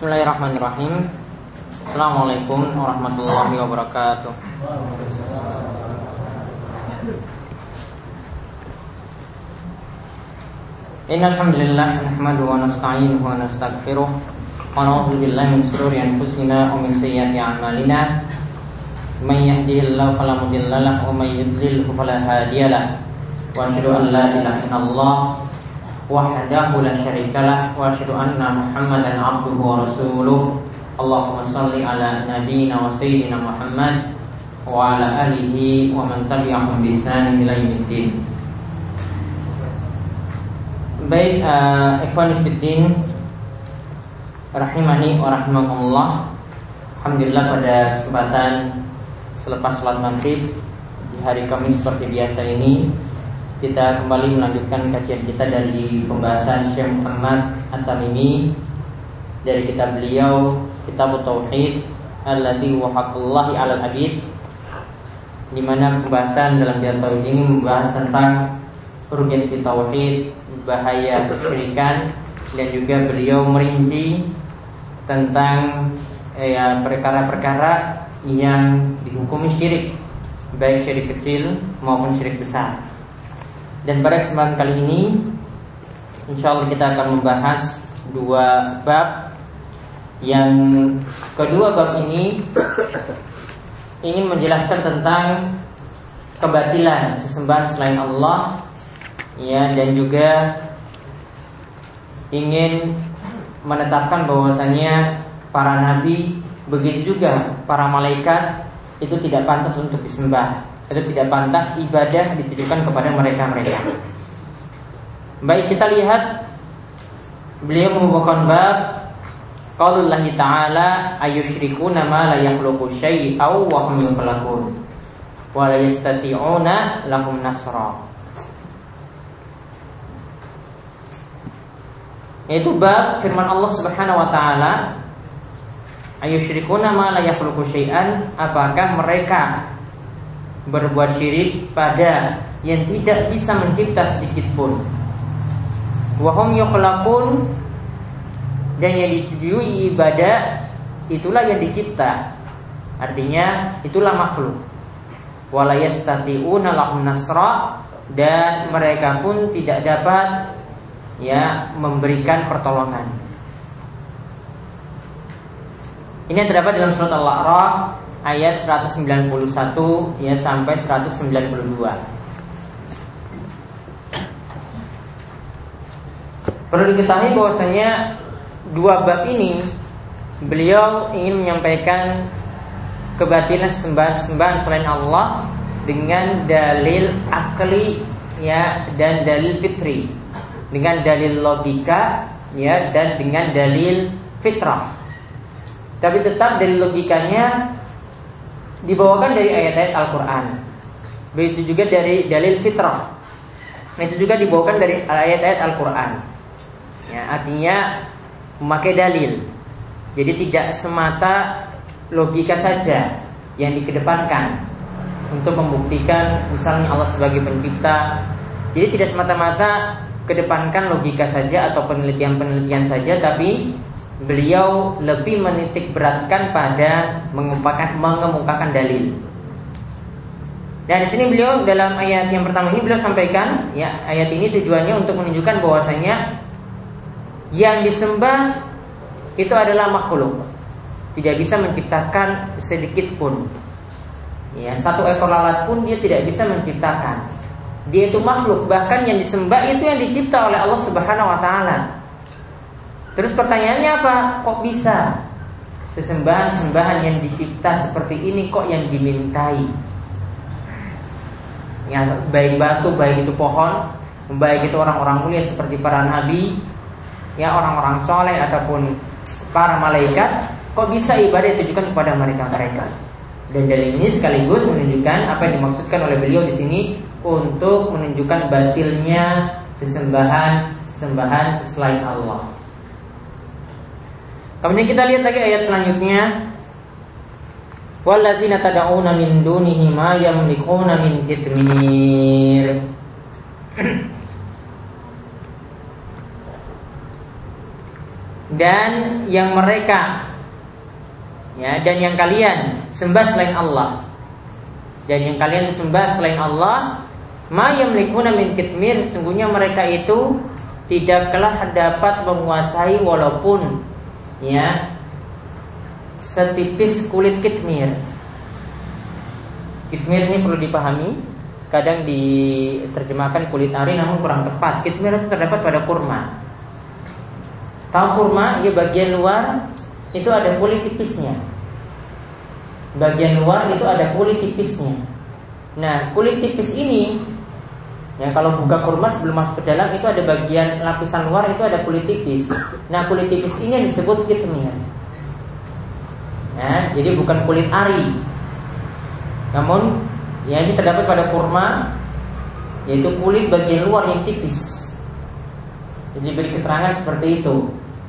Bismillahirrahmanirrahim. Assalamualaikum warahmatullahi wabarakatuh. Innal hamdalillah nahmaduhu wa nasta'inuhu wa nastaghfiruh wa na'udzu billahi min shururi anfusina wa min sayyiati a'malina. May yahdihillahu fala mudilla lahu wa may yudlil fala hadiya lahu. Wa asyhadu an la ilaha illallah wahdahu la syarikalah wa asyhadu anna Muhammadan abduhu wa rasuluh. Allahumma shalli ala nabiyyina wa sayyidina Muhammad wa ala alihi wa man tabi'ahum bi ihsan ila yaumiddin. Baik, ikhwan fillah rahimani wa rahimakumullah. Alhamdulillah, pada kesempatan selepas salat maghrib di hari Kamis seperti biasa ini, kita kembali melanjutkan kajian kita dari pembahasan Syekh Muhammad At-Tamimi dari kitab beliau Kitab Tauhid alladzi wa haqqullahi 'alal 'abid, di mana pembahasan dalam kitab tauhid ini membahas tentang urgensi tauhid, bahaya kesyirikan, dan juga beliau merinci tentang perkara-perkara yang dihukumi syirik, baik syirik kecil maupun syirik besar. Dan pada kesempatan kali ini insyaallah kita akan membahas dua bab. Yang kedua bab ini ingin menjelaskan tentang kebatilan sesembahan selain Allah, ya, dan juga ingin menetapkan bahwasanya para nabi, begitu juga para malaikat itu tidak pantas untuk disembah, itu tidak pantas ibadah ditujukan kepada mereka-mereka. Baik, kita lihat beliau membawakan bab qaulullahi ta'ala ayyushrikuna ma la yakhluqu syai'aw wa hum yukhlaqun wa la yastati'una lahum nasra. Yaitu bab firman Allah Subhanahu wa taala, ayyushrikuna ma la yakhluqu syai'an, apakah mereka berbuat syirik pada yang tidak bisa mencipta sedikit pun, wa hum yukhlaqun, dan yang ditujui ibadah itulah yang dicipta, artinya itulah makhluk. Wala yastati'una lahum nasra, dan mereka pun tidak dapat memberikan pertolongan. Ini yang terdapat dalam surat Al-A'raf ayat 191 sampai 192. Perlu diketahui bahwasanya dua bab ini beliau ingin menyampaikan kebatilan sembahan selain Allah dengan dalil akli, dan dalil fitri, dengan dalil logika, dan dengan dalil fitrah. Tapi tetap dalil logikanya dibawakan dari ayat-ayat Al-Quran, begitu juga dari dalil fitrah, itu juga dibawakan dari ayat-ayat Al-Quran. Artinya memakai dalil. Jadi tidak semata logika saja yang dikedepankan untuk membuktikan misalnya Allah sebagai pencipta. Jadi tidak semata-mata kedepankan logika saja atau penelitian-penelitian saja, tapi beliau lebih menitik beratkan pada mengemukakan dalil. Dan di sini beliau dalam ayat yang pertama ini beliau sampaikan, ayat ini tujuannya untuk menunjukkan bahwasanya yang disembah itu adalah makhluk, tidak bisa menciptakan sedikit pun. Satu ekor lalat pun dia tidak bisa menciptakan. Dia itu makhluk, bahkan yang disembah itu yang dicipta oleh Allah Subhanahu wa taala. Terus pertanyaannya apa? Kok bisa sesembahan-sembahan yang dicipta seperti ini kok yang dimintai? Baik batu, baik itu pohon, baik itu orang-orang mulia seperti para nabi, orang-orang soleh ataupun para malaikat, kok bisa ibadah ditujukan kepada mereka-mereka? Dan dalil ini sekaligus menunjukkan apa yang dimaksudkan oleh beliau di sini untuk menunjukkan batilnya sesembahan selain Allah. Kemudian kita lihat lagi ayat selanjutnya, walladzina tad'una min dunihi ma yamlikuna min qitmir. dan yang mereka, ya, dan yang kalian sembah selain Allah, dan yang kalian sembah selain Allah, ma yamlikuna min kitmir, sungguhnya mereka itu tidaklah dapat menguasai walaupun, ya, setipis kulit kitmir. Kitmir ini perlu dipahami, kadang diterjemahkan kulit ari namun kurang tepat. Kitmir itu terdapat pada kurma. Tahu kurma? Ya, bagian luar itu ada kulit tipisnya. Bagian luar itu ada kulit tipisnya. Nah, kulit tipis ini, ya, kalau buka kurma sebelum masuk ke dalam itu ada bagian lapisan luar itu ada kulit tipis. Nah, kulit tipis ini disebut kitmir. Nah, jadi bukan kulit ari. Namun, ya, ini terdapat pada kurma, yaitu kulit bagian luar yang tipis. Jadi beri keterangan seperti itu.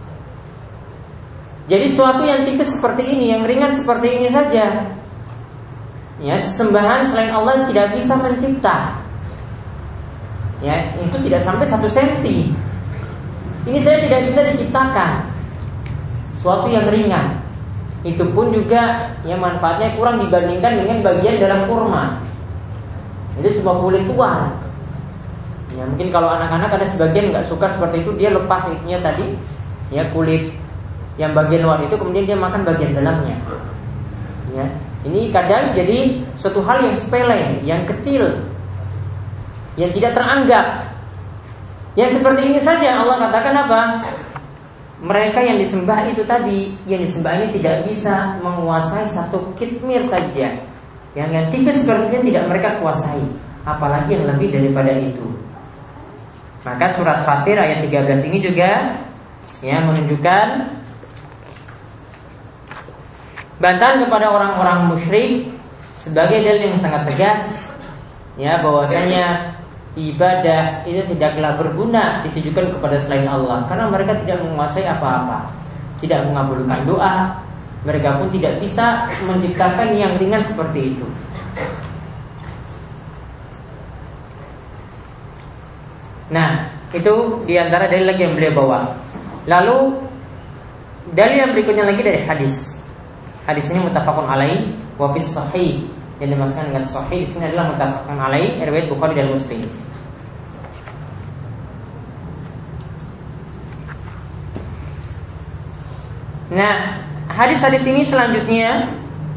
Jadi sesuatu yang tipis seperti ini, yang ringan seperti ini saja, ya, sesembahan selain Allah tidak bisa mencipta. Ya, itu tidak sampai 1 senti. Ini saya tidak bisa diciptakan. Suatu yang ringan. Itu pun juga yang manfaatnya kurang dibandingkan dengan bagian dalam kurma. Itu cuma kulit luar. Ya, mungkin kalau anak-anak ada sebagian nggak suka seperti itu, dia lepas itunya tadi, ya, kulit yang bagian luar itu, kemudian dia makan bagian dalamnya. Ya, ini kadang jadi suatu hal yang sepele, yang kecil, yang tidak teranggap. Ya, seperti ini saja Allah katakan apa? Mereka yang disembah itu tadi, yang disembah ini tidak bisa menguasai 1 kitmir saja. Yang tipis sepertinya tidak mereka kuasai, apalagi yang lebih daripada itu. Maka surat Fatir ayat 13 ini juga, ya, menunjukkan bantahan kepada orang-orang musyrik sebagai dalil yang sangat tegas, ya, bahwasanya ibadah itu tidaklah berguna ditujukan kepada selain Allah, karena mereka tidak menguasai apa-apa, tidak mengabulkan doa, mereka pun tidak bisa menciptakan yang ringan seperti itu. Nah, itu diantara dalil lagi yang beliau bawa. Lalu dalil yang berikutnya lagi dari hadis. Hadis ini muttafaqun alaih wa fis sahih. Yang dimaksudkan dengan sahih di sini adalah muttafaqun alaih, riwayat Bukhari dan Muslim. Nah, hadis-hadis ini selanjutnya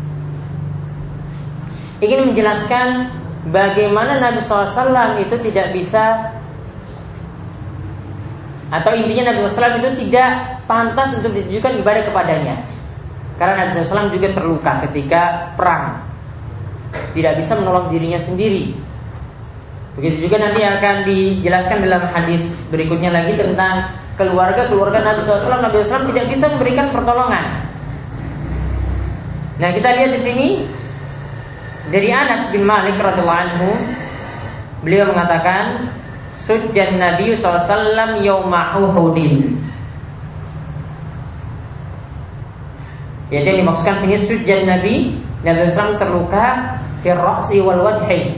ingin menjelaskan bagaimana Nabi SAW itu tidak bisa, atau intinya Nabi SAW itu tidak pantas untuk ditujukan ibadah kepadanya, karena Nabi SAW juga terluka ketika perang, tidak bisa menolong dirinya sendiri. Begitu juga nanti akan dijelaskan dalam hadis berikutnya lagi tentang keluarga Nabi SAW. Nabi SAW tidak bisa memberikan pertolongan. Nah, kita lihat di sini dari Anas bin Malik radhiyallahu anhu, beliau mengatakan, sujjan Nabi SAW yauma Uhudin. Jadi yang dimaksudkan sini sujjan Nabi SAW terluka fi ra'si wal wajhi.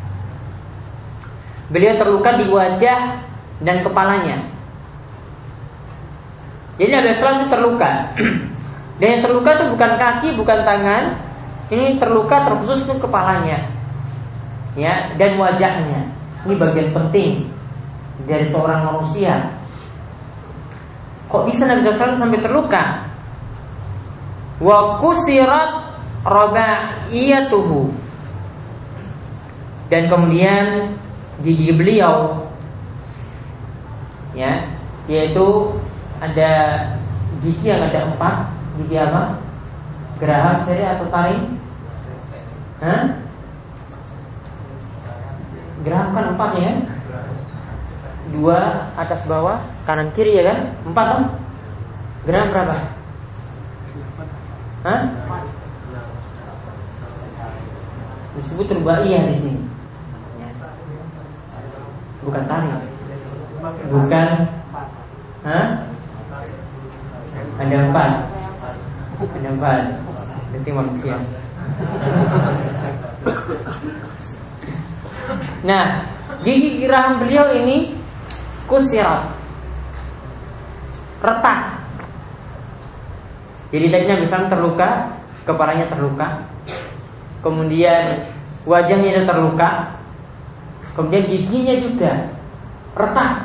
Beliau terluka di wajah dan kepalanya. Jadi Nabi SAW itu terluka. Dan yang terluka itu bukan kaki, bukan tangan. Ini terluka terkhusus untuk kepalanya, ya, dan wajahnya. Ini bagian penting dari seorang manusia. Kok bisa Nabi SAW sampai terluka? Wa kusirat rabaiyatuhu. Dan kemudian gigi beliau, ya, yaitu ada gigi yang ada 4. Gigi apa? Geraham, seri atau taring? Hah? Geraham kan 4 ya? 2 atas bawah, kanan kiri ya kan? 4 kan? Geraham berapa? Hah? Disebut rubaiyah di sini. Bukan taring. Bukan. Hah? Ada 4. Ada 4. Berarti manusia. Nah, gigi geraham beliau ini kusirat, retak. Jadi tadi Nabi SAW terluka, kepalanya terluka, kemudian wajahnya itu terluka, kemudian giginya juga retak.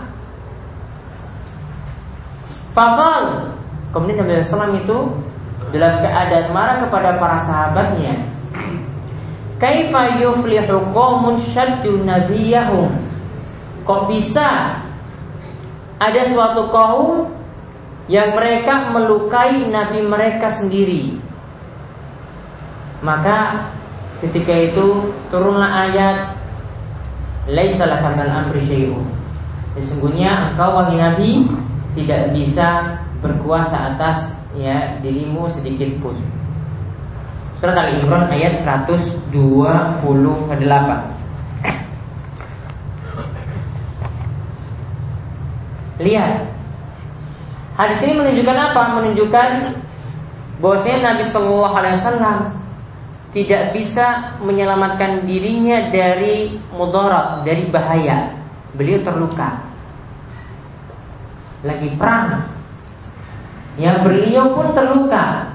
Faqal, kemudian Nabi SAW itu dalam keadaan marah kepada para sahabatnya, kaifa yuflihu qaumun syaddu nabiyahum, kok bisa ada suatu kaum yang mereka melukai nabi mereka sendiri. Maka ketika itu turunlah ayat laisa laka minal amri syai'un, sesungguhnya engkau wahai nabi tidak bisa berkuasa atas dirimu sedikit pun. Surat Al-Imran ayat 128. Lihat, hadis ini menunjukkan apa? Menunjukkan bahwasanya Nabi Shallallahu Alaihi Wasallam tidak bisa menyelamatkan dirinya dari mudarat, dari bahaya. Beliau terluka, lagi perang, beliau pun terluka.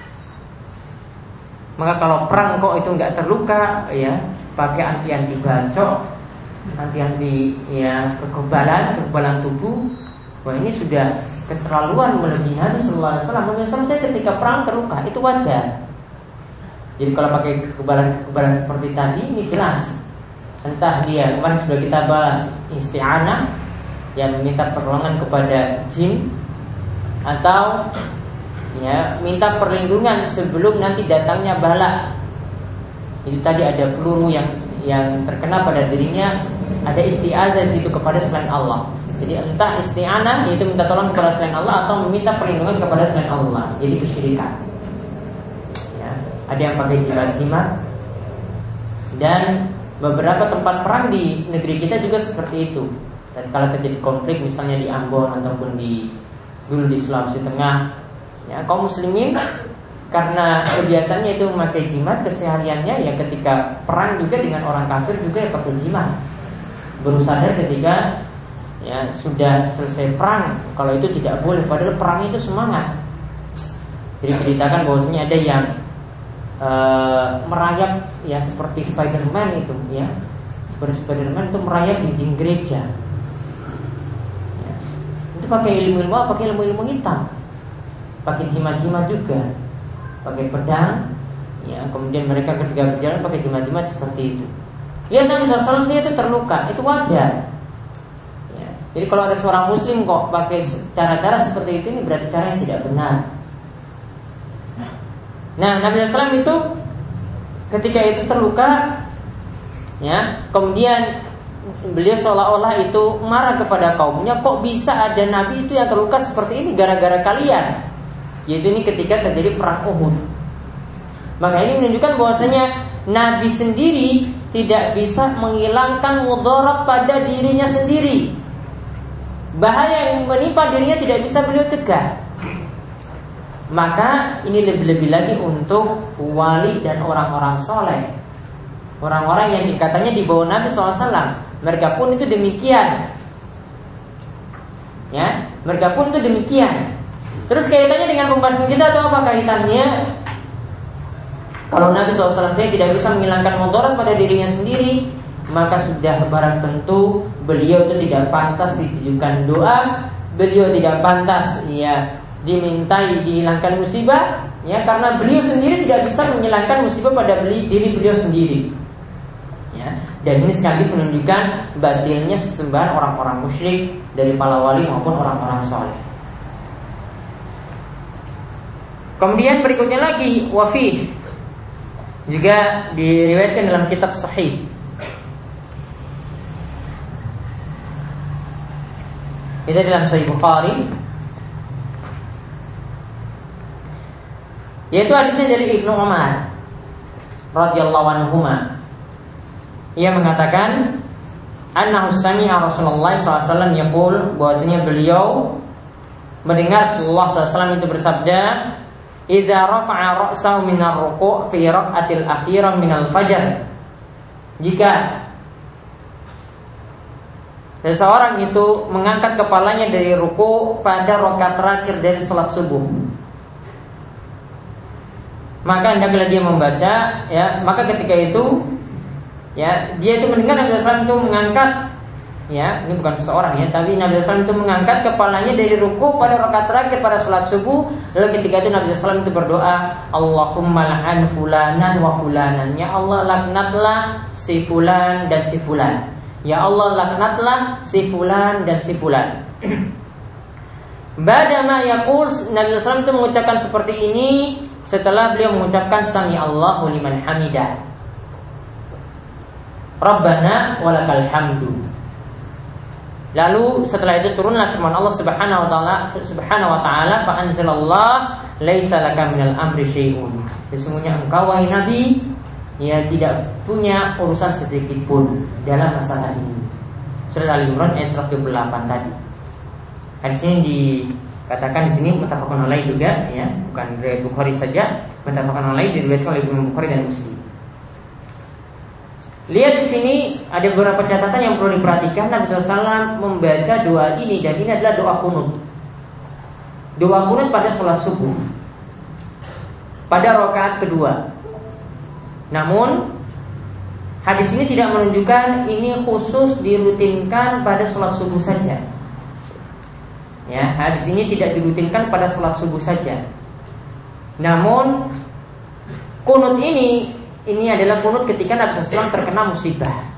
Maka kalau perang kok itu nggak terluka, pakai anti bacok, anti kekebalan tubuh. Wah, ini sudah keterlaluan melebihi Nabi Sallallahu Alaihi Wasallam. Nabi SAW saya ketika perang terluka, itu wajar. Jadi kalau pakai kekebalan seperti tadi, ini jelas. Entah dia kemarin sudah kita bahas isti'anah, yang meminta pertolongan kepada jin, atau minta perlindungan sebelum nanti datangnya bala. Itu tadi ada peluru yang terkena pada dirinya, ada isti'adzah itu kepada selain Allah. Jadi entah isti'anah yaitu minta tolong kepada selain Allah, atau meminta perlindungan kepada selain Allah. Jadi kesyirikan. Ada yang pakai jimat-jimat. Dan beberapa tempat perang di negeri kita juga seperti itu. Dan kalau terjadi konflik misalnya di Ambon ataupun dulu di Sulawesi Tengah, kaum muslimin karena kebiasaannya itu memakai jimat kesehariannya, ketika perang juga dengan orang kafir juga pakai jimat. Baru sadar ketika sudah selesai perang kalau itu tidak boleh, padahal perang itu semangat. Jadi ceritakan bahwasanya ada yang merayap seperti Spiderman itu, seperti Spiderman itu merayap di dinding gereja. Itu pakai ilmu hitam, pakai jimat-jimat juga, pakai pedang, kemudian mereka ketika berjalan pakai jimat-jimat seperti itu. Lihat Nabi SAW itu terluka, itu wajar. Jadi kalau ada seorang muslim kok pakai cara-cara seperti itu, ini berarti cara yang tidak benar. Nah, Nabi SAW itu ketika itu terluka, kemudian beliau seolah-olah itu marah kepada kaumnya, kok bisa ada nabi itu yang terluka seperti ini gara-gara kalian. Yaitu ini ketika terjadi perang Uhud. Maka ini menunjukkan bahwasanya nabi sendiri tidak bisa menghilangkan mudarat pada dirinya sendiri. Bahaya yang menimpa dirinya tidak bisa beliau cegah. Maka ini lebih-lebih lagi untuk wali dan orang-orang soleh, orang-orang yang katanya di bawah Nabi SAW. Mereka pun itu demikian. Mereka pun itu demikian. Terus kaitannya dengan pembahasan kita atau apa kaitannya? Kalau Nabi SAW saya tidak bisa menghilangkan mudarat pada dirinya sendiri, maka sudah barang tentu beliau itu tidak pantas ditujukan doa, beliau tidak pantas dimintai dihilangkan musibah, karena beliau sendiri tidak bisa menghilangkan musibah pada diri beliau sendiri. Dan ini sekaligus menunjukkan batilnya sesembahan orang-orang musyrik dari para wali maupun orang-orang soleh. Kemudian berikutnya lagi wafih, juga diriwayatkan dalam kitab Sahih. Itu dalam Sahih Bukhari, yaitu hadisnya dari Ibnu Umar radhiyallahu anhuma. Ia mengatakan annahu sami'a Rasulullah SAW yaqul, bahwasanya beliau mendengar Rasulullah SAW itu bersabda, idza rafa'a ra'sahu minar ruku' fi raq'atil akhirah minal fajr, jika seseorang itu mengangkat kepalanya dari ruku pada rakaat terakhir dari salat subuh. maka hendaklah dia membaca, ya. Maka ketika itu, ya, dia itu mendengar Nabi SAW itu mengangkat, ya, ini bukan seseorang, ya, tapi Nabi SAW itu mengangkat kepalanya dari ruku pada rakaat terakhir pada sholat subuh. Lalu ketika itu Nabi SAW itu berdoa, Allahumma la'an fulanan wa fulanan, ya Allah laknatlah si fulan dan si fulan, ya Allah laknatlah si fulan dan si fulan. Badama yaqul, Nabi SAW itu mengucapkan seperti ini setelah beliau mengucapkan Sami Allahu liman hamidah, Rabbana walakal hamdu. Lalu setelah itu turunlah firman Allah Subhanahu wa taala, fa anzalallah laisa laka minal amri syai'un. Sesungguhnya engkau wahai Nabi, ya, tidak punya urusan sedikit pun dalam masalah ini. Surah Al-Imran ayat 128 tadi. Hadis ini dikatakan di sini muttafaqun alaih juga, ya, bukan riwayat Bukhari saja, muttafaqun alaih diriwayatkan oleh Imam Bukhari dan Muslim. Lihat di sini ada beberapa catatan yang perlu diperhatikan. Nabi SAW membaca doa ini, dan ini adalah doa kunut. Doa kunut pada sholat subuh, pada rakaat kedua. Namun hadis ini tidak menunjukkan ini khusus dirutinkan pada sholat subuh saja. Ya, hadis ini tidak dirutinkan pada sholat subuh saja. Namun kunut ini adalah kunut ketika Nabi SAW terkena musibah,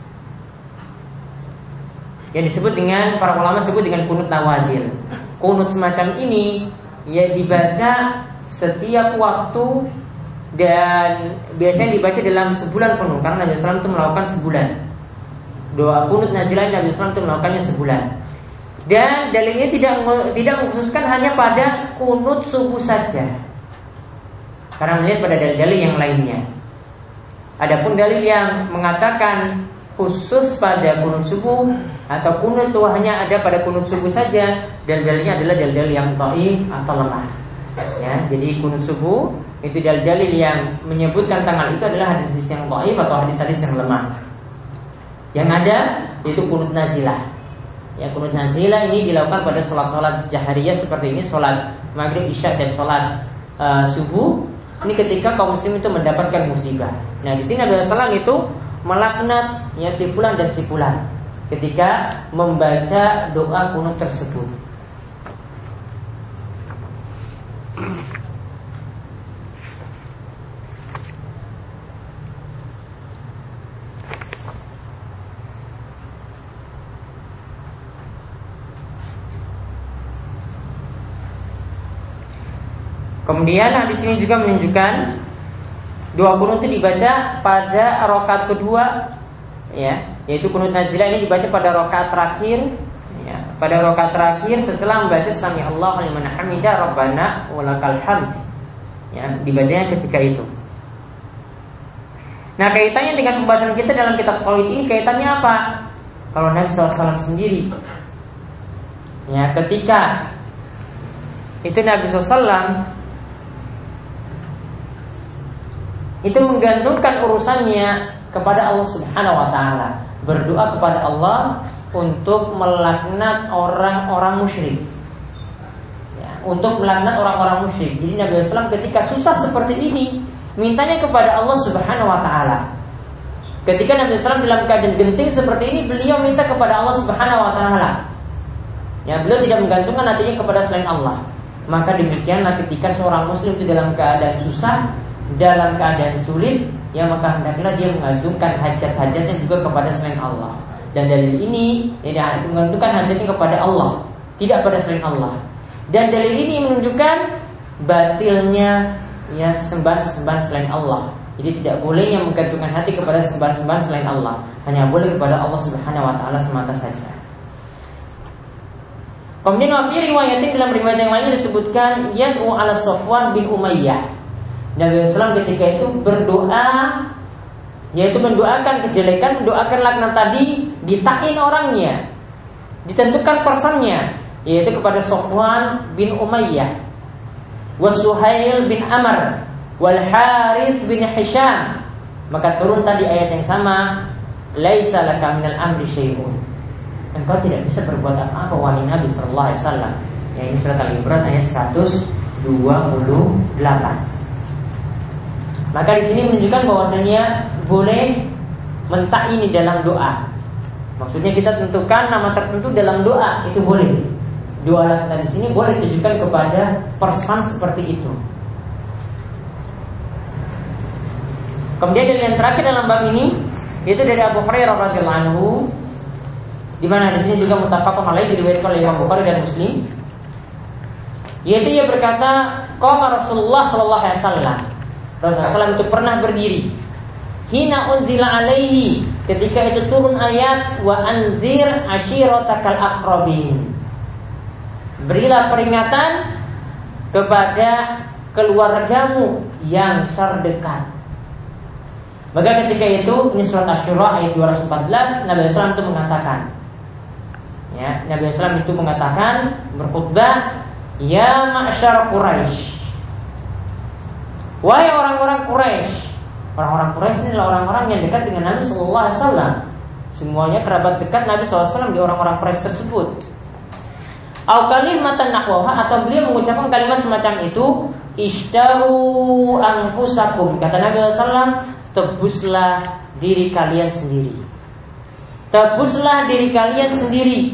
yang disebut dengan, para ulama sebut dengan kunut nawazil. Kunut semacam ini, ya, dibaca setiap waktu dan biasanya dibaca dalam sebulan penuh, karena Nabi SAW itu melakukan sebulan. Doa kunut nazilah Nabi SAW itu melakukannya sebulan. Dan dalilnya tidak mengkhususkan hanya pada kunut subuh saja, karena melihat pada dalil-dalil yang lainnya. Adapun dalil yang mengatakan khusus pada kunut subuh atau kunut itu hanya ada pada kunut subuh saja, dan dalilnya adalah dalil yang dhaif atau lemah. Ya, jadi kunut subuh itu dalil yang menyebutkan tanggal itu adalah hadis yang dhaif atau hadis-hadis yang lemah. Yang ada yaitu kunut nazilah. Ya, kunut nazilah ini dilakukan pada sholat-sholat jahriyah seperti ini, sholat maghrib, isya, dan sholat subuh. Ini ketika kaum muslim itu mendapatkan musibah. Nah, di sini Nabi SAW itu melaknat, ya, si fulan dan si fulan ketika membaca doa kunut tersebut. Kemudian hadis ini juga menunjukkan doa kunut itu dibaca pada rakaat kedua, ya, yaitu kunut nazilah ini dibaca pada rakaat terakhir, ya, pada rakaat terakhir setelah membaca Sami Allahu liman hamidah Rabbana walakal hamd, ya, dibacanya ketika itu. Nah, kaitannya dengan pembahasan kita dalam kitab Qawaid ini, kaitannya apa? Kalau Nabi SAW sendiri, ya, ketika itu Nabi SAW itu menggantungkan urusannya kepada Allah Subhanahu wa taala, berdoa kepada Allah untuk melaknat orang-orang musyrik, ya, untuk melaknat orang-orang musyrik. Jadi Nabi SAW ketika susah seperti ini mintanya kepada Allah Subhanahu wa taala. Ketika Nabi SAW dalam keadaan genting seperti ini, beliau minta kepada Allah Subhanahu wa taala. Ya, beliau tidak menggantungkan hatinya kepada selain Allah. Maka demikianlah ketika seorang muslim itu dalam keadaan susah, dalam keadaan sulit, ya, maka hendaklah dia menggantungkan hajat-hajatnya juga kepada selain Allah. Dan dalil ini menggantungkan hajatnya kepada Allah, tidak pada selain Allah. Dan dalil ini menunjukkan batilnya, ya, sesembahan-sesembahan selain Allah. Jadi tidak boleh yang menggantungkan hati kepada sembahan-sembahan selain Allah, hanya boleh kepada Allah Subhanahu wa taala semata saja. Kemudian wafi riwayatin, dalam riwayat yang lainnya disebutkan yad'u ala Safwan bin Umayyah. Nabi SAW ketika itu berdoa, yaitu mendoakan kejelekan, mendoakan laknat tadi, ditain orangnya, ditentukan personnya, yaitu kepada Safwan bin Umayyah, Suhail bin Amr, wal Harith bin Hisham. Maka turun tadi ayat yang sama, laisa laka minal amri syai'un. Engkau tidak bisa berbuat apa-apa wahai Nabi sallallahu alaihi wasallam. Ya, ini surat Al-Imran ayat 128. Maka di sini menunjukkan bahwasanya boleh mentakyin dalam doa. Maksudnya kita tentukan nama tertentu dalam doa, itu boleh. Doa kita di sini boleh ditujukan kepada person seperti itu. Kemudian yang terakhir dalam bab ini yaitu dari Abu Hurairah radhiyallahu anhu, di mana di sini juga muttafaqun alaih, diriwayatkan oleh Imam Bukhari dan Muslim. Yaitu ia berkata, qala Rasulullah sallallahu alaihi wasallam. Rasulullah itu pernah berdiri. Hina unzila alaihi, ketika itu turun ayat wa anzir ashiratakal aqrabin. Berilah peringatan kepada keluargamu yang terdekat. Maka ketika itu, ini surat Asy-Syura ayat 214, Nabi SAW itu mengatakan, ya, Nabi SAW itu mengatakan, berkhutbah, ya ma'syar Quraisy, wahai orang-orang Quraisy. Orang-orang Quraisy ini adalah orang-orang yang dekat dengan Nabi SAW. Semuanya kerabat dekat Nabi SAW di orang-orang Quraisy tersebut. Au kalimatan nahwaha, atau beliau mengucapkan kalimat semacam itu, ishtaru anfusakum, kata Nabi SAW, tebuslah diri kalian sendiri. Tebuslah diri kalian sendiri.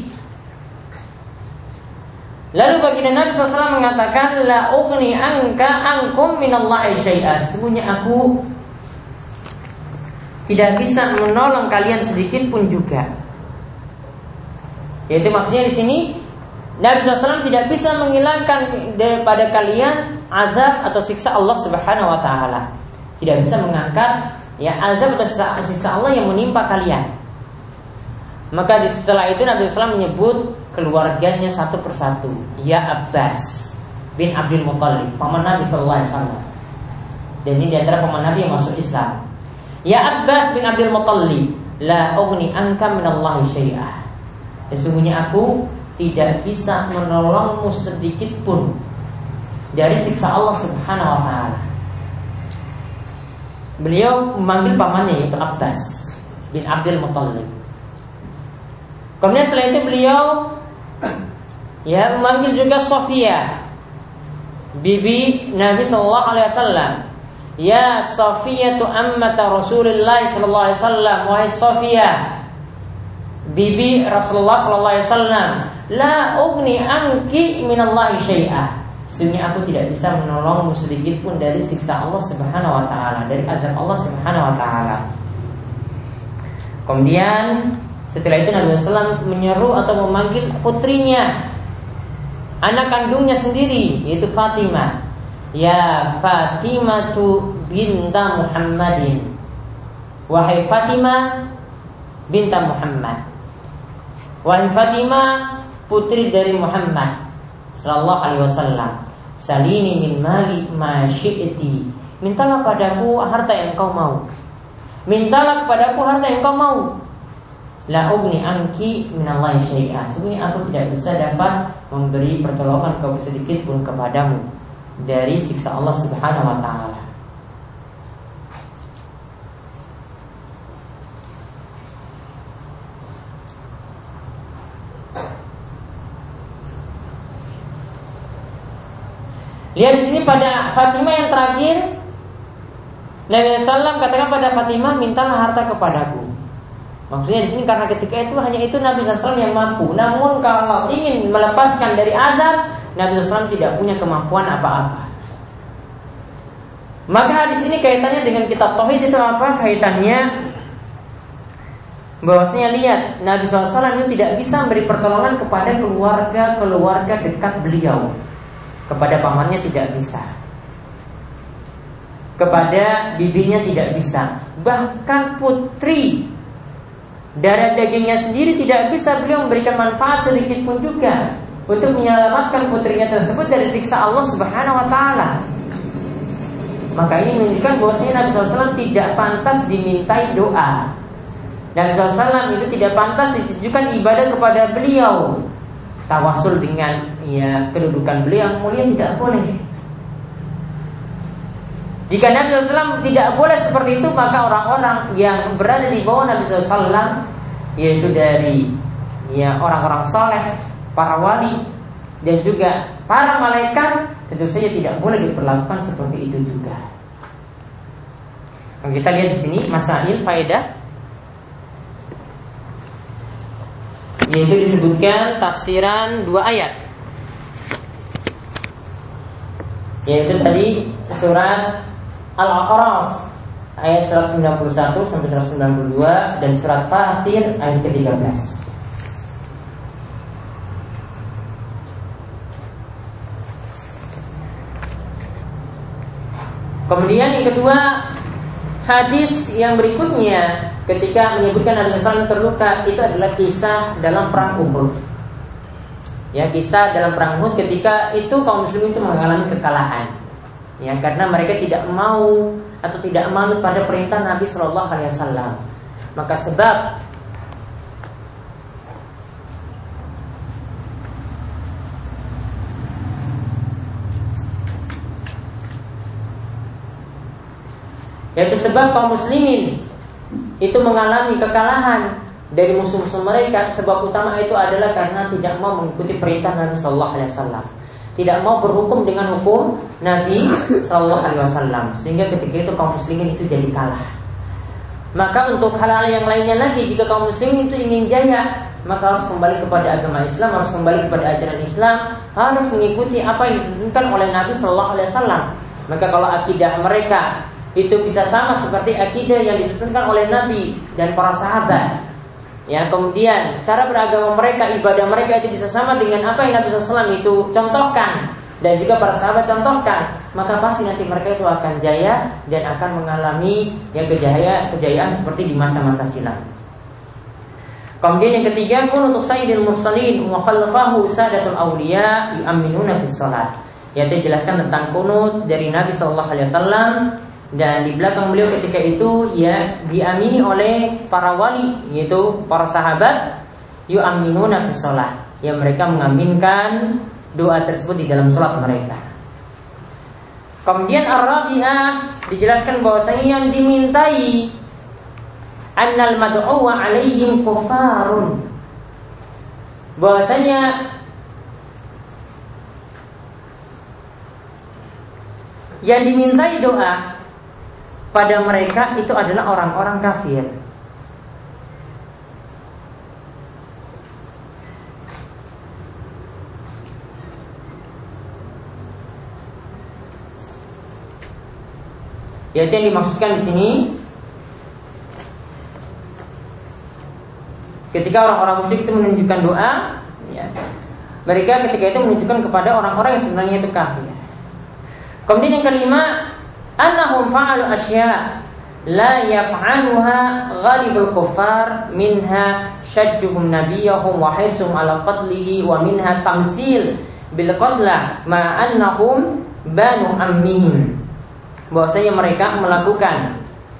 Lalu baginda Nabi SAW mengatakan, la ugni anka ankum minallahi syai'a, sesungguhnya aku tidak bisa menolong kalian sedikit pun juga. Yaitu maksudnya di sini Nabi SAW tidak bisa menghilangkan daripada kalian azab atau siksa Allah Subhanahu wa taala. Tidak bisa mengangkat ya azab atau siksa Allah yang menimpa kalian. Maka setelah itu Nabi SAW menyebut keluarganya satu persatu. Ya Abbas bin Abdul Muttalib, paman Nabi SAW. Dan ini diantara paman Nabi yang masuk Islam. Ya Abbas bin Abdul Muttalib, la ugni anka minallahi syai'ah, sesungguhnya aku tidak bisa menolongmu sedikit pun dari siksa Allah Subhanahu wa taala. Beliau memanggil pamannya yaitu Abbas bin Abdul Muttalib. Kemudian setelah itu beliau ya memanggil juga Sofia, bibi Nabi sallallahu alaihi wasallam. Ya Sofiyatu ammata Rasulullah sallallahu alaihi wasallam, wahai Sofia, bibi Rasulullah sallallahu alaihi wasallam, la ugni anki minallahi syai'ah, sesungguhnya aku tidak bisa menolongmu sedikit pun dari siksa Allah Subhanahu wa taala, dari azab Allah Subhanahu wa taala. Kemudian setelah itu Nabi SAW menyeru atau memanggil putrinya, anak kandungnya sendiri, yaitu Fatimah. Ya Fatimatu binta Muhammadin, wahai Fatimah binta Muhammad, wahai Fatimah putri dari Muhammad sallallahu alaihi wasallam, salini min mali ma syi'ti, mintalah padaku harta yang kau mau, mintalah kepadaku harta yang kau mau. La ugni anki minallahi syai'a, sesungguhnya aku tidak bisa dapat memberi pertolongan kau sedikit pun kepadamu dari siksa Allah Subhanahu wa taala. Lihat di sini pada Fatimah yang terakhir, Nabi SAW katakan pada Fatimah, mintalah harta kepadaku. Maksudnya di sini karena ketika itu hanya itu Nabi SAW yang mampu. Namun kalau ingin melepaskan dari azab, Nabi SAW tidak punya kemampuan apa-apa. Maka hadis ini kaitannya dengan kitab Tauhid itu apa? Kaitannya bahwasanya lihat Nabi SAW itu tidak bisa memberi pertolongan kepada keluarga dekat beliau. Kepada pamannya tidak bisa, kepada bibinya tidak bisa, bahkan putri darah dagingnya sendiri tidak bisa beliau memberikan manfaat sedikit pun juga untuk menyelamatkan putrinya tersebut dari siksa Allah Subhanahu wa taala. Maka ini menunjukkan bahwasanya Nabi SAW tidak pantas dimintai doa. Nabi SAW itu tidak pantas ditujukan ibadah kepada beliau. Tawasul dengan ya kedudukan beliau yang mulia tidak boleh. Jika Nabi SAW tidak boleh seperti itu, maka orang-orang yang berada di bawah Nabi SAW, yaitu dari ya orang-orang soleh, para wali, dan juga para malaikat, tentu saja tidak boleh diperlakukan seperti itu juga. Kita lihat di sini masail faedah, yaitu disebutkan tafsiran 2 ayat, yaitu tadi surat Al-A'raf ayat 191 sampai 192 dan surat Fatir ayat ke-13. Kemudian yang kedua, hadis yang berikutnya ketika menyebutkan Nabi SAW terluka, itu adalah kisah dalam perang Uhud. Ya, kisah dalam perang Uhud ketika itu kaum muslimin itu mengalami kekalahan. Ya, karena mereka tidak mau atau tidak manut pada perintah Nabi SAW. Maka sebab yaitu sebab kaum muslimin itu mengalami kekalahan dari musuh-musuh mereka. Sebab utama itu adalah karena tidak mau mengikuti perintah Nabi Sallallahu Alaihi Wasallam, tidak mau berhukum dengan hukum Nabi Sallallahu Alaihi Wasallam, sehingga ketika itu kaum muslimin itu jadi kalah. Maka untuk hal-hal yang lainnya lagi, jika kaum muslimin itu ingin jaya, maka harus kembali kepada agama Islam, harus kembali kepada ajaran Islam, harus mengikuti apa yang ditunjukkan oleh Nabi Sallallahu Alaihi Wasallam. Maka kalau akidah mereka itu bisa sama seperti akidah yang ditunjukkan oleh Nabi dan para sahabat, ya, kemudian cara beragama mereka, ibadah mereka itu bisa sama dengan apa yang Nabi SAW itu contohkan dan juga para sahabat contohkan, maka pasti nanti mereka itu akan jaya dan akan mengalami yang kejayaan seperti di masa-masa silam. Kemudian yang ketiga, kunut sayyidil mursalin wa khalaqahu sadatul awliya yu'minuna fis shalat. Yaitu jelaskan tentang kunut dari Nabi SAW, dan di belakang beliau ketika itu ya diamini oleh para wali, yaitu para sahabat, yu'minuna fis shalah, yang mereka mengaminkan doa tersebut di dalam salat mereka. Kemudian ar-rabi'ah dijelaskan bahwasanya yang dimintai annal mad'uwa alaihim kufarun, bahwasanya yang dimintai doa pada mereka itu adalah orang-orang kafir. Yaitu yang dimaksudkan di sini, ketika orang-orang musyrik itu menunjukkan doa, ya, mereka ketika itu menunjukkan kepada orang-orang yang sebenarnya itu kafir. Kemudian yang kelima, annahum fa'alu asya' la yaf'aluha ghalibul kuffar, minha syajjuhum nabiyahum wa hirsum ala qatlihi, wa minha tamsil bil qatlah ma annahum banu ammihim. Bahwasanya mereka melakukan,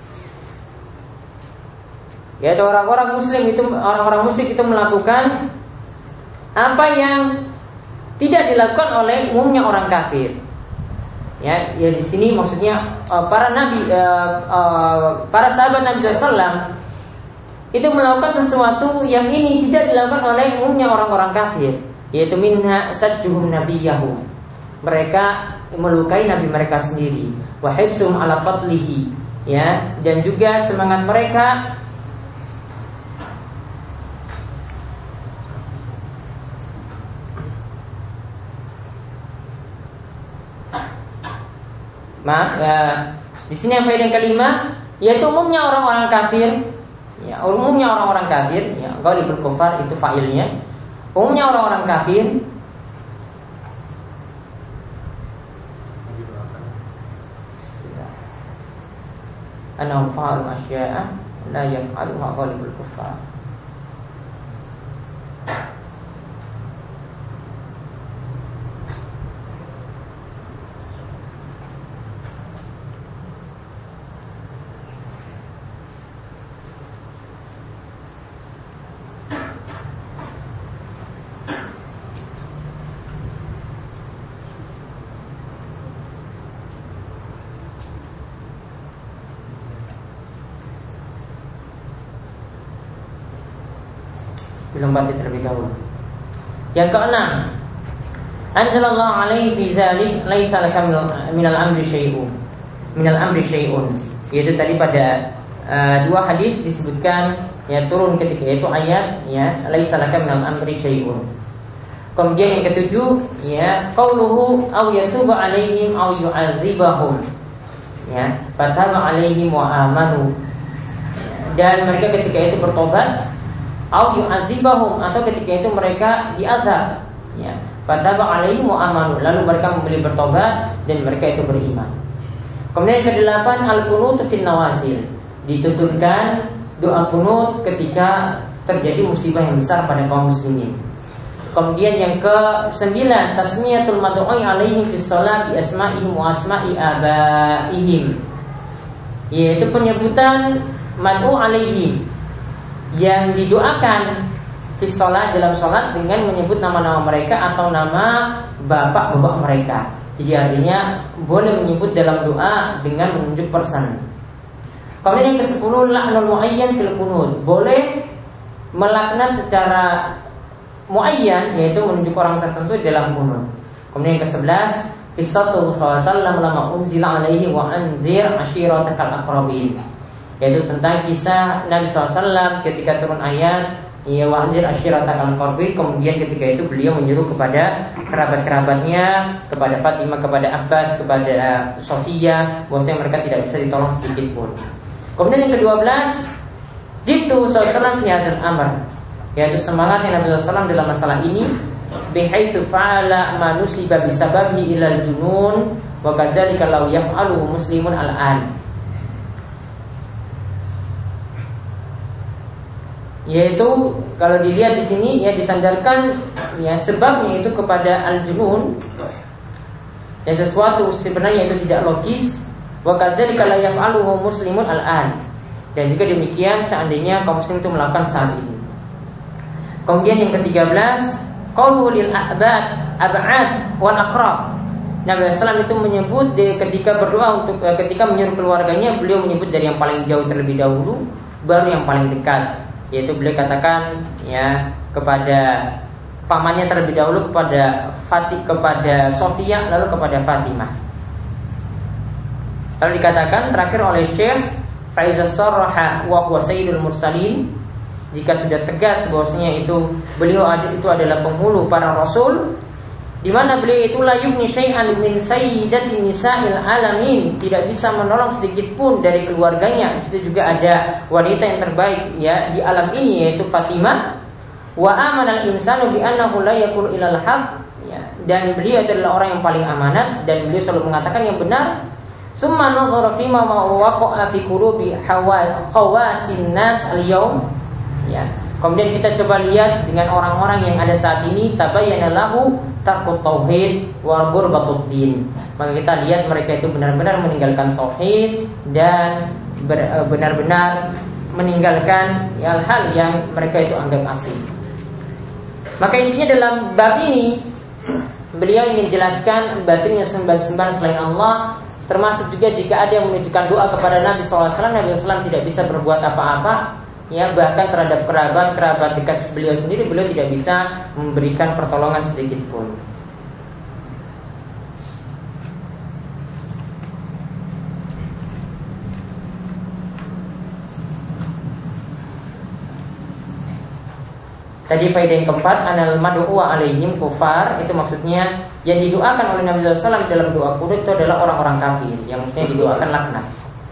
yaitu orang-orang musyrik itu melakukan apa yang tidak dilakukan oleh umumnya orang kafir. Ya di sini maksudnya para nabi, para sahabat Nabi SAW itu melakukan sesuatu yang ini tidak dilakukan oleh umumnya orang-orang kafir, yaitu minha sajjuhum nabiyahum, mereka melukai nabi mereka sendiri, wa hifsum ala qatlihi, ya, dan juga semangat mereka di sini yang faedah yang kelima, yaitu umumnya orang-orang kafir, ya, umumnya orang-orang kafir, ya, ghalibul kufar itu fa'ilnya, umumnya orang-orang kafir annahum fa'alu asya'a la yaf'aluha ghalibul kufar. Belum baca terlebih dahulu. Yang keenam, anzalallahu alaihi fi dzalik laisa laka minal amri syai'un. Yaitu tadi pada dua hadis disebutkan ya turun ketika itu ayat ya laisa laka minal amri syai'un. Kemudian yang ketujuh ya qauluhu aw yatuba alaihim aw yu'adzibahum ya fataba alaihim wa amanu. Dan mereka ketika itu bertobat aw yu'adzibahum atau ketika itu mereka diazab ya fataba alaihim wa amanu, lalu mereka memilih bertobat dan mereka itu beriman. Kemudian yang kedelapan al-qunut fin nawazil, dituturkan doa kunut ketika terjadi musibah yang besar pada kaum muslimin. Kemudian yang ke-9 tasmiyatul mad'u'i alaihim fis shalah bi asma'ihim wa asma'i abaihim, yaitu penyebutan mad'u alaihim yang didoakan fis shalah dalam salat dengan menyebut nama-nama mereka atau nama bapak-bapak mereka. Jadi artinya boleh menyebut dalam doa dengan menunjuk person. Kemudian yang ke-10 la'nul muayyan fil qunut, boleh melaknat secara muayyan yaitu menunjuk orang tertentu dalam qunut. Kemudian yang ke-11 qissatu sallallahu lama unzila alaihi wa anzir ashiratakal aqrabin, yaitu tentang kisah Nabi SAW ketika turun ayat ya wa anzir ashiratakal aqrabin. Kemudian ketika itu beliau menyuruh kepada kerabat-kerabatnya, kepada Fatimah, kepada Abbas, kepada Sofia, bahwasanya mereka tidak bisa ditolong sedikit pun. Kemudian yang ke-12 jiddu sallallahu fi hadzal amr, yaitu semangatnya Nabi SAW dalam masalah ini, bihaitsu fa'ala ma nusiba bisababi ilal junun wa kadzalika law yaf'aluhu muslimun al'an, yaitu kalau dilihat di sini ya disandarkan ya sebabnya itu kepada al-junun, ya sesuatu sebenarnya itu tidak logis. Wa kadzalika la yaf'aluhu muslimun al'an, dan juga demikian seandainya kaum muslim itu melakukan saat ini. Kemudian yang ke-13 qaulu lil abad wal aqrab, Nabi SAW itu menyebut ketika berdoa untuk ketika menyuruh keluarganya, beliau menyebut dari yang paling jauh terlebih dahulu baru yang paling dekat, yaitu beliau katakan ya kepada pamannya terlebih dahulu, kepada Sofia, lalu kepada Fatimah. Lalu dikatakan terakhir oleh Syekh faiza sarraha wa huwa sayyidul mursalin, jika sudah tegas bahwasanya itu beliau itu adalah penghulu para rasul, di mana beliau itu la yubni syai'an min sayyidati nisa'il alamin, tidak bisa menolong sedikit pun dari keluarganya. Di situ juga ada wanita yang terbaik ya di alam ini, yaitu Fatimah. Wa amana al-insanu bi annahu la yaqulu ilal haq, ya, dan beliau adalah orang yang paling amanat dan beliau selalu mengatakan yang benar. Summa nadhara fi ma waqa'a fi qulubi khawasin nas al-yawm, ya. Kemudian kita coba lihat dengan orang-orang yang ada saat ini, tabayyana lahu tarkut tauhid wa ghurbatud din. Maka kita lihat mereka itu benar-benar meninggalkan tauhid dan benar-benar meninggalkan hal-hal yang mereka itu anggap asing. Maka intinya dalam bab ini beliau ingin jelaskan batinnya sembah-sembah selain Allah, termasuk juga jika ada yang menunjukkan doa kepada Nabi SAW, Nabi SAW tidak bisa berbuat apa-apa, ya, bahkan terhadap kerabat dekat beliau sendiri beliau tidak bisa memberikan pertolongan sedikit pun. Tadi faedah yang keempat, anal mad'u alaihim kufar, itu maksudnya yang didoakan oleh Nabi SAW dalam doa qunut itu adalah orang-orang kafir, yang maksudnya didoakan laknat.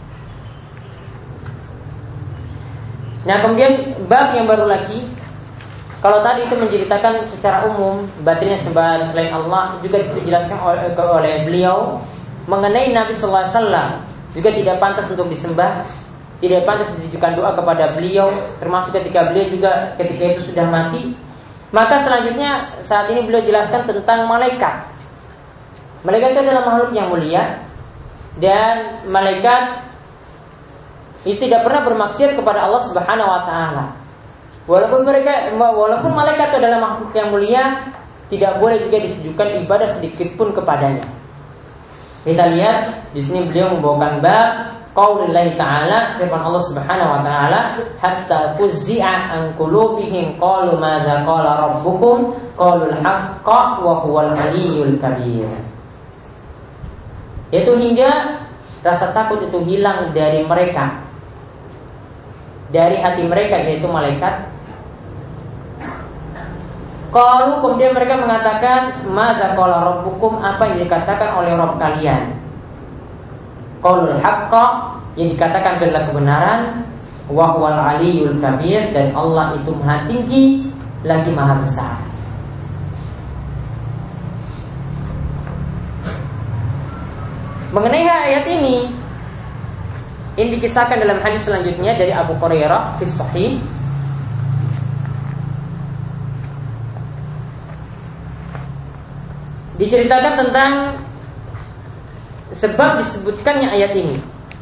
Nah, kemudian bab yang baru lagi, kalau tadi itu menceritakan secara umum batinnya sembah selain Allah, juga dijelaskan oleh beliau mengenai Nabi SAW juga tidak pantas untuk disembah, tidak pantas ditujukan doa kepada beliau, termasuk ketika beliau juga ketika itu sudah mati. Maka selanjutnya saat ini beliau jelaskan tentang malaikat. Malaikat itu adalah makhluk yang mulia, dan malaikat itu tidak pernah bermaksiat kepada Allah Subhanahu wa taala. Walaupun malaikat itu adalah makhluk yang mulia, tidak boleh juga ditujukan ibadah sedikit pun kepadanya. Kita lihat di sini beliau membawakan bab qaulillahi ta'ala, firman Allah Subhanahu wa taala, hatta fuzzi'a an qulubihim qalu madza qala rabbukum qalul haqqa wa huwal aliyyul kabir. Yaitu hingga rasa takut itu hilang dari mereka, dari hati mereka, yaitu malaikat. Qalu, kemudian mereka mengatakan, madza qala rabbukum, apa yang dikatakan oleh Rabb kalian? Qaulul haqqa, yang dikatakan adalah kebenaran, wa huwal aliyyul kabir, dan Allah itu maha tinggi lagi maha besar. Mengenai ayat ini dikisahkan dalam hadis selanjutnya dari Abu Hurairah fi Sahih. Diceritakan tentang sebab disebutkannya ayat ini.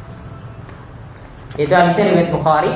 Itu hadisnya riwayat Bukhari.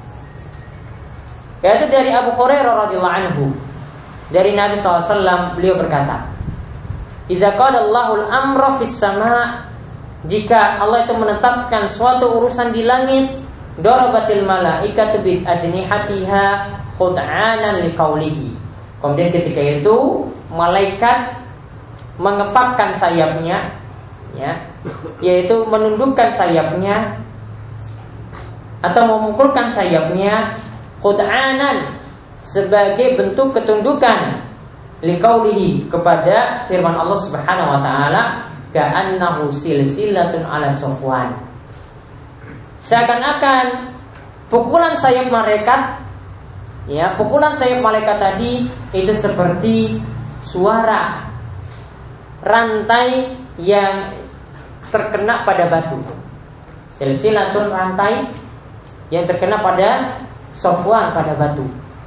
Yaitu dari Abu Hurairah radhiyallahu anhu, dari Nabi SAW, beliau berkata, "Idza qala Allahul amra fis sama'." Jika Allah itu menetapkan suatu urusan di langit, darabatil malaikatu bi ajnihatiha khud'anan liqaulihi. Kemudian ketika itu malaikat mengepakkan sayapnya, ya, yaitu menundukkan sayapnya atau memukulkan sayapnya, khud'anan, sebagai bentuk ketundukan, liqaulihi, kepada firman Allah Subhanahu wa taala, ka'annahu silsilatun ala safwan. Seakan-akan pukulan sayap malaikat, ya, pukulan sayap malaikat tadi itu seperti suara rantai yang terkena pada batu. Silsilatun, rantai yang terkena pada safwan, pada batu.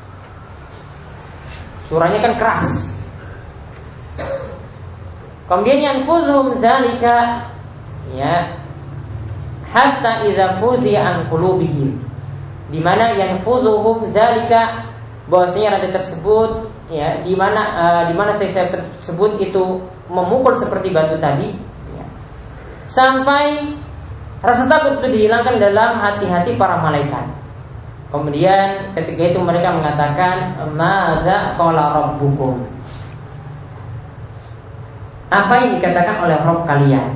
Suaranya kan keras. Kemudian yanfudhum zalika, ya, hatta idza fuzi'a an qulubihim, di mana yanfudhuhum zalika, bahwasanya rantai tersebut, ya, di mana sayap tersebut itu memukul seperti batu tadi, ya, sampai rasa takut itu dihilangkan dalam hati-hati para malaikat. Kemudian ketika itu mereka mengatakan, madza qala rabbukum, apa yang dikatakan oleh Rabb kalian?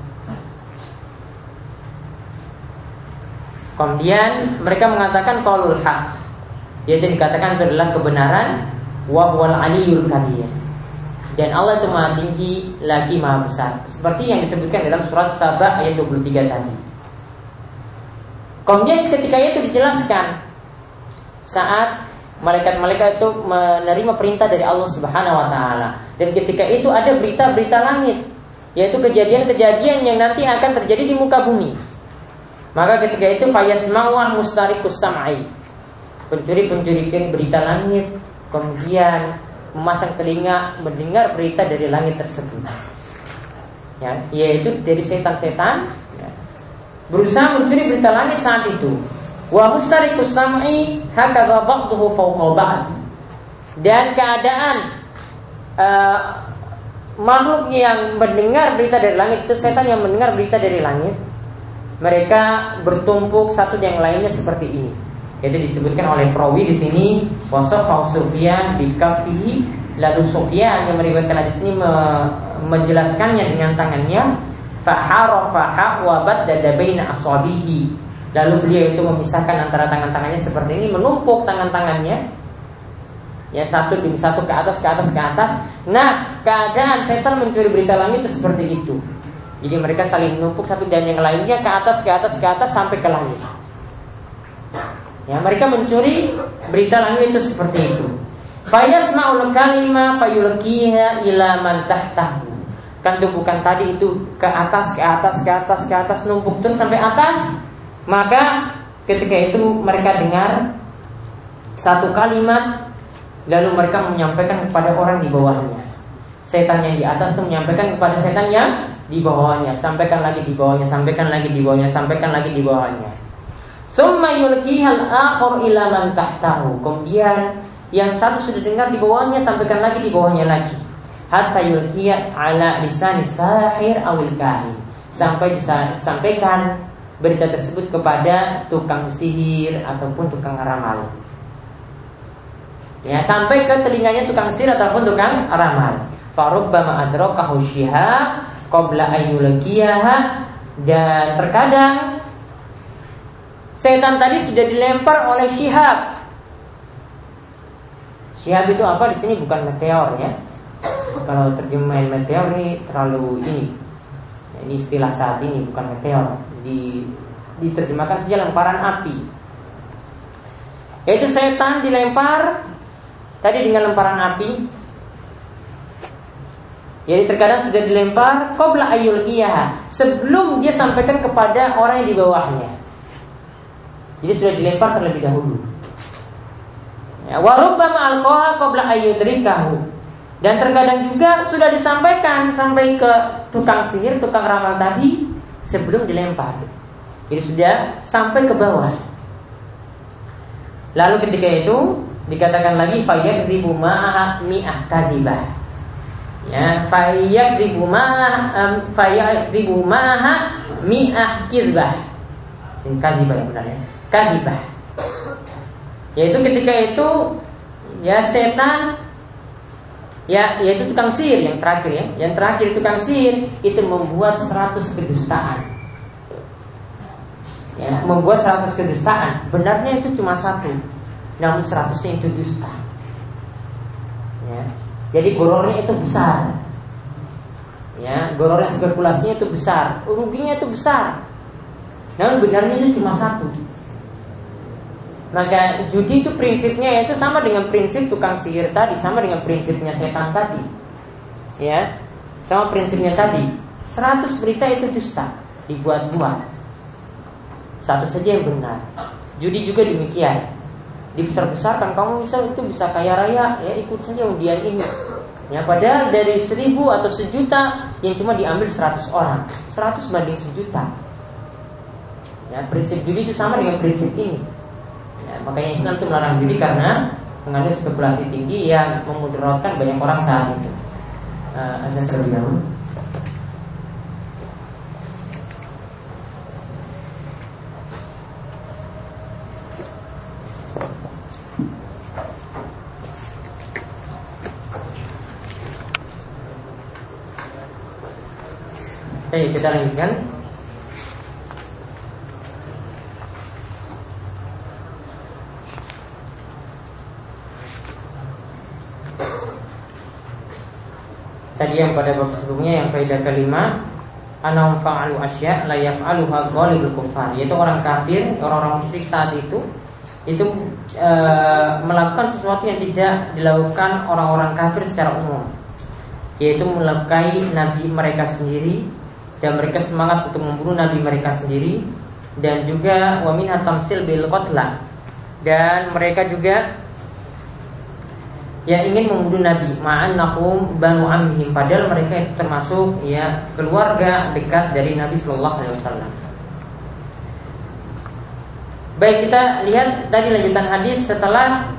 Kemudian mereka mengatakan qaulul haq, yaitu dikatakan itu adalah kebenaran, wa huwal aliyyul kabir, dan Allah itu maha tinggi lagi maha besar, seperti yang disebutkan dalam surat Saba ayat 23 tadi. Kemudian ketika itu dijelaskan saat malaikat-malaikat itu menerima perintah dari Allah Subhanahu wa taala, dan ketika itu ada berita-berita langit, yaitu kejadian-kejadian yang nanti akan terjadi di muka bumi. Maka ketika itu fayasma'u mustariqus sam'i, pencuri-pencuri berita langit kemudian memasang telinga mendengar berita dari langit tersebut, ya, yaitu dari setan-setan, ya, berusaha mencuri berita langit saat itu. Wa mustariqus sam'i hakadha ba'dhuhu fawqa ba'd, dan keadaan makhluk yang mendengar berita dari langit itu, setan yang mendengar berita dari langit, mereka bertumpuk satu yang lainnya seperti ini. Itu disebutkan oleh perawi di sini, wasafa Sufyan bi kafihi, lalu Sufyan yang meriwayatkan hadis ini menjelaskannya dengan tangannya, faharafa wa baddada baina asabihi. Lalu beliau itu memisahkan antara tangan-tangannya seperti ini, menumpuk tangan-tangannya, ya, satu demi satu, ke atas, ke atas, ke atas. Nah, keadaan setan mencuri berita langit itu seperti itu. Jadi mereka saling menumpuk satu dan yang lainnya, ke atas, ke atas, ke atas, sampai ke langit. Ya, mereka mencuri berita langit itu seperti itu. Fayasma'ul kalima fayulqiha ila man tahtahu. Kan tumpukan tadi itu ke atas, ke atas, ke atas, ke atas, numpuk terus sampai atas. Maka ketika itu mereka dengar satu kalimat, lalu mereka menyampaikan kepada orang di bawahnya. Setan yang di atas itu menyampaikan kepada setan yang di bawahnya, sampaikan lagi di bawahnya, sampaikan lagi di bawahnya, sampaikan lagi di bawahnya. Summa yulqihal akhar ila man tahtahu. Kemudian yang satu sudah dengar di bawahnya, sampaikan lagi di bawahnya lagi. Hatta yulqiya ala lisani sahir awil kahin, sampai disampaikan berita tersebut kepada tukang sihir ataupun tukang ramal. Ya, sampai ke telinganya tukang sihir ataupun tukang ramal. Farubbama adrakahu syihab qabla an yulqiyaha, Dan terkadang setan tadi sudah dilempar oleh syihab. Syihab itu apa? Di sini bukan meteor ya. Kalau terjemahan meteor ini terlalu ini. Ini istilah saat ini, bukan meteor. Diterjemahkan saja lemparan api. Yaitu setan dilempar tadi dengan lemparan api. Jadi terkadang sudah dilempar qabla ayyulqiyaha, sebelum dia sampaikan kepada orang yang di bawahnya. Jadi sudah dilempar terlebih dahulu. Ya, wa rubbama alqaha qabla ayyudrikahu. Dan terkadang juga sudah disampaikan sampai ke tukang sihir, tukang ramal tadi sebelum dilempar. Jadi sudah sampai ke bawah. Lalu ketika itu dikatakan lagi fayakdzibu ma'a mi'ah kadibah. Ya, fayakdzibu ma'a mi'ah kizbah. Ini kadibah yang benar ya. Kadibah. Yaitu ketika itu ya setan ya, yaitu tukang sihir yang terakhir ya. Yang terakhir tukang sihir itu membuat 100 kedustaan. Ya, membuat 100 kedustaan. Benarnya itu cuma 1, namun 100-nya itu dusta. Ya. Jadi gorornya itu besar. Ya, gorornya spekulasinya itu besar, ruginya itu besar. Namun benarnya itu cuma 1. Maka judi itu prinsipnya itu sama dengan prinsip tukang sihir tadi, sama dengan prinsipnya setan tadi. Ya, sama prinsipnya tadi. 100 berita itu dusta, dibuat-buat. 1 saja yang benar. Judi juga demikian. Dibesar-besarkan, kamu bisa kaya raya, ya ikut saja undian ini. Ya, padahal dari 1000 atau 1.000.000 yang cuma diambil 100 orang, 100 banding 1.000.000. Ya, prinsip judi itu sama dengan prinsip ini. Ya, makanya Islam itu melarang judi karena mengandung spekulasi tinggi yang memudaratkan banyak orang saat itu. Azan terlebih dahulu. Oke, kita lanjutkan. Tadi yang pada bab sebelumnya yang faedah kelima, anam fa'alu asya la yaf'aluha ghalibul kuffar, yaitu orang kafir, orang-orang musyrik saat itu melakukan sesuatu yang tidak dilakukan orang-orang kafir secara umum, yaitu melukai nabi mereka sendiri, dan mereka semangat untuk membunuh nabi mereka sendiri, dan juga wa minha tamsil bil qatla, dan mereka juga yang ingin membunuh nabi ma'annahum banu amhim, padahal mereka itu termasuk ya keluarga dekat dari Nabi sallallahu alaihi wasallam. Baik, kita lihat tadi lanjutan hadis setelah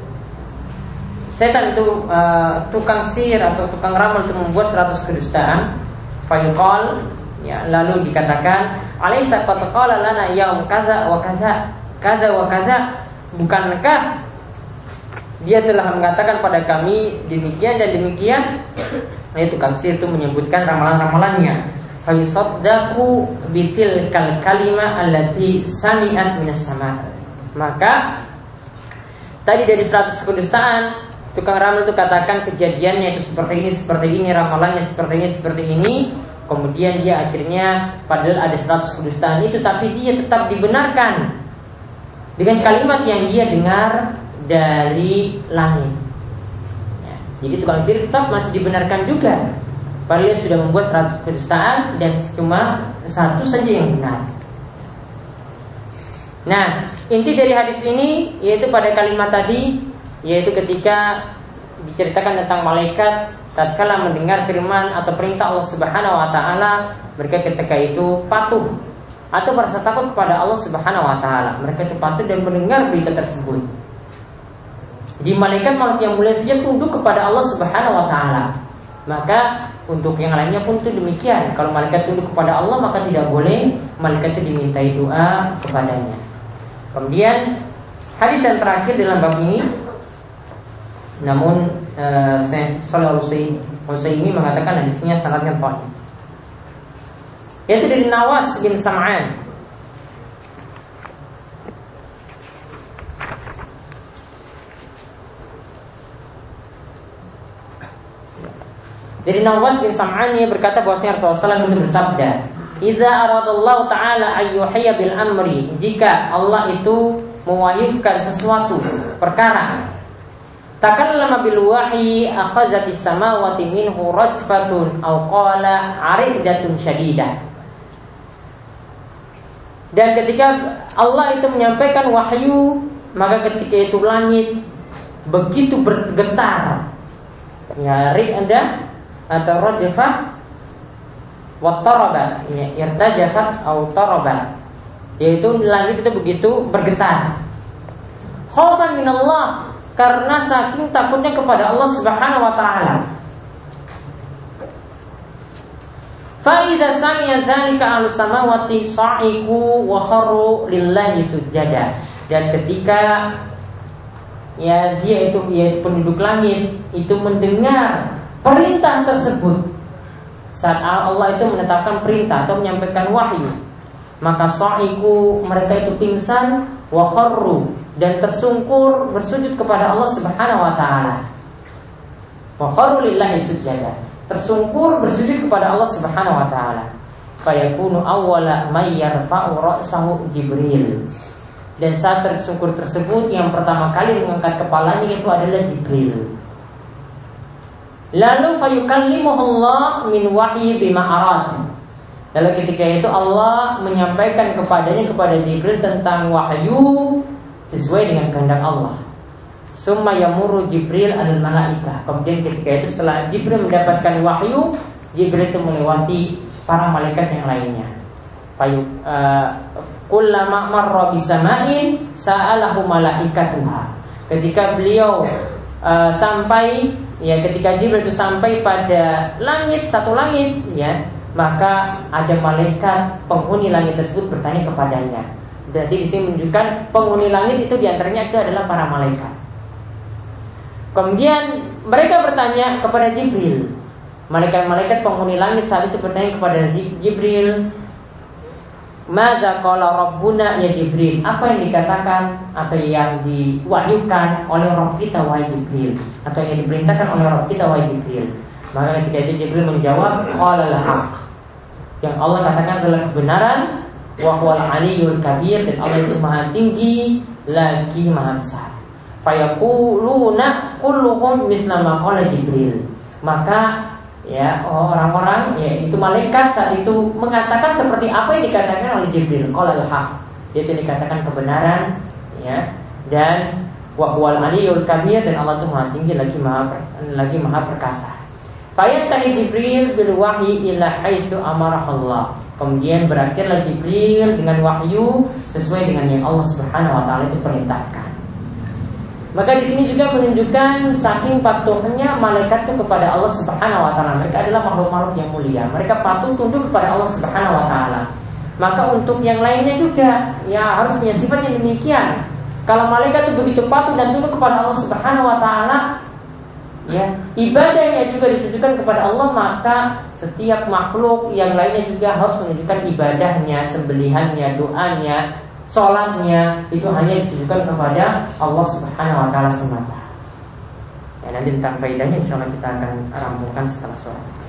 setan itu tukang sihir atau tukang ramal itu membuat 100 kedustaan. Fayuqal, ya, lalu dikatakan alaisa qad qala lana yaum kaza wa kaza kaza wa kaza, bukankah dia telah mengatakan pada kami demikian dan demikian. Yaitu tukang sihir itu menyebutkan ramalan-ramalannya. Fayusaddaqu bitil kalimah allati sami'at minas sama. Maka tadi dari 100 kedustaan, tukang ramal itu katakan kejadiannya itu seperti ini, ramalannya seperti ini. Kemudian dia akhirnya padahal ada 100 kedustaan itu, tapi dia tetap dibenarkan dengan kalimat yang dia dengar dari langit. Ya, jadi tukang sihir tetap masih dibenarkan juga. Padahal dia sudah membuat 100 kedustaan dan cuma 1 saja yang benar. Nah, inti dari hadis ini yaitu pada kalimat tadi, yaitu ketika diceritakan tentang malaikat tatkala mendengar firman atau perintah Allah Subhanahu wa taala, mereka ketika itu patuh atau merasa takut kepada Allah Subhanahu wa taala. Mereka itu patuh dan mendengar berita tersebut. Di malaikat yang mulia saja tunduk kepada Allah Subhanahu wa taala. Maka untuk yang lainnya pun itu demikian. Kalau malaikat tunduk kepada Allah, maka tidak boleh malaikat itu dimintai doa kepadanya. Kemudian hadis yang terakhir dalam bab ini, namun Syekh Shalih Al-Utsaimin mengatakan hadisnya sanadnya dhaif. yaitu dari Nawas bin Sam'an. Dari Nawas bin Sam'an ia berkata bahwasanya Rasulullah SAW bersabda, "Idza aradallahu ta'ala ayyuhiyya bil amri," jika Allah itu mewahyukan sesuatu perkara, takallama bil wahyi akhazatis samawati minhu rajfatun aw qala 'aridatun syadidah. Dan ketika Allah itu menyampaikan wahyu, maka ketika itu langit begitu bergetar. Ya, ri'da atau rajfah wa taraba, ya, irtajafat atau taraba, yaitu langit itu begitu bergetar. Khaufan minallah, karena saking takutnya kepada Allah Subhanahu wa taala. Fa idza sami'a dzalika ahlus samawati sa'iqu wa kharru lillahi sujada. Dan ketika ya dia itu penduduk langit itu mendengar perintah tersebut, saat Allah itu menetapkan perintah atau menyampaikan wahyu, maka sa'iqu, mereka itu pingsan, wa kharru, dan tersungkur bersujud kepada Allah Subhanahu wa taala. Wa kharru lillahi sujada, tersungkur bersujud kepada Allah Subhanahu wa taala. Fayakunu awwala may yarfa'u ra'sahu Jibril. Dan saat tersungkur tersebut yang pertama kali mengangkat kepalanya itu adalah Jibril. Lalu fayukallimuhu Allah min wahyi bima arad. Lalu ketika itu Allah menyampaikan kepada Jibril tentang wahyu sesuai dengan kehendak Allah. Summa yamurru Jibril al malaikah. Kemudian ketika itu setelah Jibril mendapatkan wahyu, Jibril itu melewati para malaikat yang lainnya. Kullama marra bisama'in sa'alahu malaikatuha. Ketika beliau sampai, ya, ketika Jibril itu sampai pada satu langit, ya, maka ada malaikat penghuni langit tersebut bertanya kepadanya. Jadi di sini menunjukkan penghuni langit itu diantaranya itu adalah para malaikat. Kemudian mereka bertanya kepada Jibril. Malaikat-malaikat penghuni langit saat itu bertanya kepada Jibril, "Madza qala rabbuna ya Jibril?" Apa yang dikatakan atau yang diwahyukan oleh Rabb kita wahai Jibril, atau yang diperintahkan oleh Rabb kita wahai Jibril? Maka ketika itu Jibril menjawab, qala al-haq. Yang Allah katakan adalah kebenaran, wa huwal aliyyul kabir, dan Allah itu maha tinggi lagi maha besar. Fayaquluna kulluhum misla ma qala Jibril. Maka ya orang-orang, ya itu malaikat saat itu mengatakan seperti apa yang dikatakan oleh Jibril, qala al-haq, yaitu dikatakan kebenaran, ya, dan wa huwal aliyyul kabir, dan Allah itu maha tinggi lagi maha perkasa. Fayantahi Jibril bil wahyi ila haitsu amarahallah. Kemudian berakhirlah Jibril dengan wahyu sesuai dengan yang Allah Subhanahu wa taala itu perintahkan. Maka di sini juga menunjukkan saking patuhnya malaikat itu kepada Allah Subhanahu wa taala. Mereka adalah makhluk-makhluk yang mulia. Mereka patuh tunduk kepada Allah Subhanahu wa taala. Maka untuk yang lainnya juga ya harus punya sifat yang demikian. Kalau malaikat itu begitu patuh dan tunduk kepada Allah Subhanahu wa taala, ya, ibadahnya juga ditujukan kepada Allah, maka setiap makhluk yang lainnya juga harus menunjukkan ibadahnya, sembelihannya, doanya, sholatnya itu hanya ditujukan kepada Allah Subhanahu wa taala semata. Ya, nanti tentang faedahnya insyaallah kita akan rampungkan setelah sholat.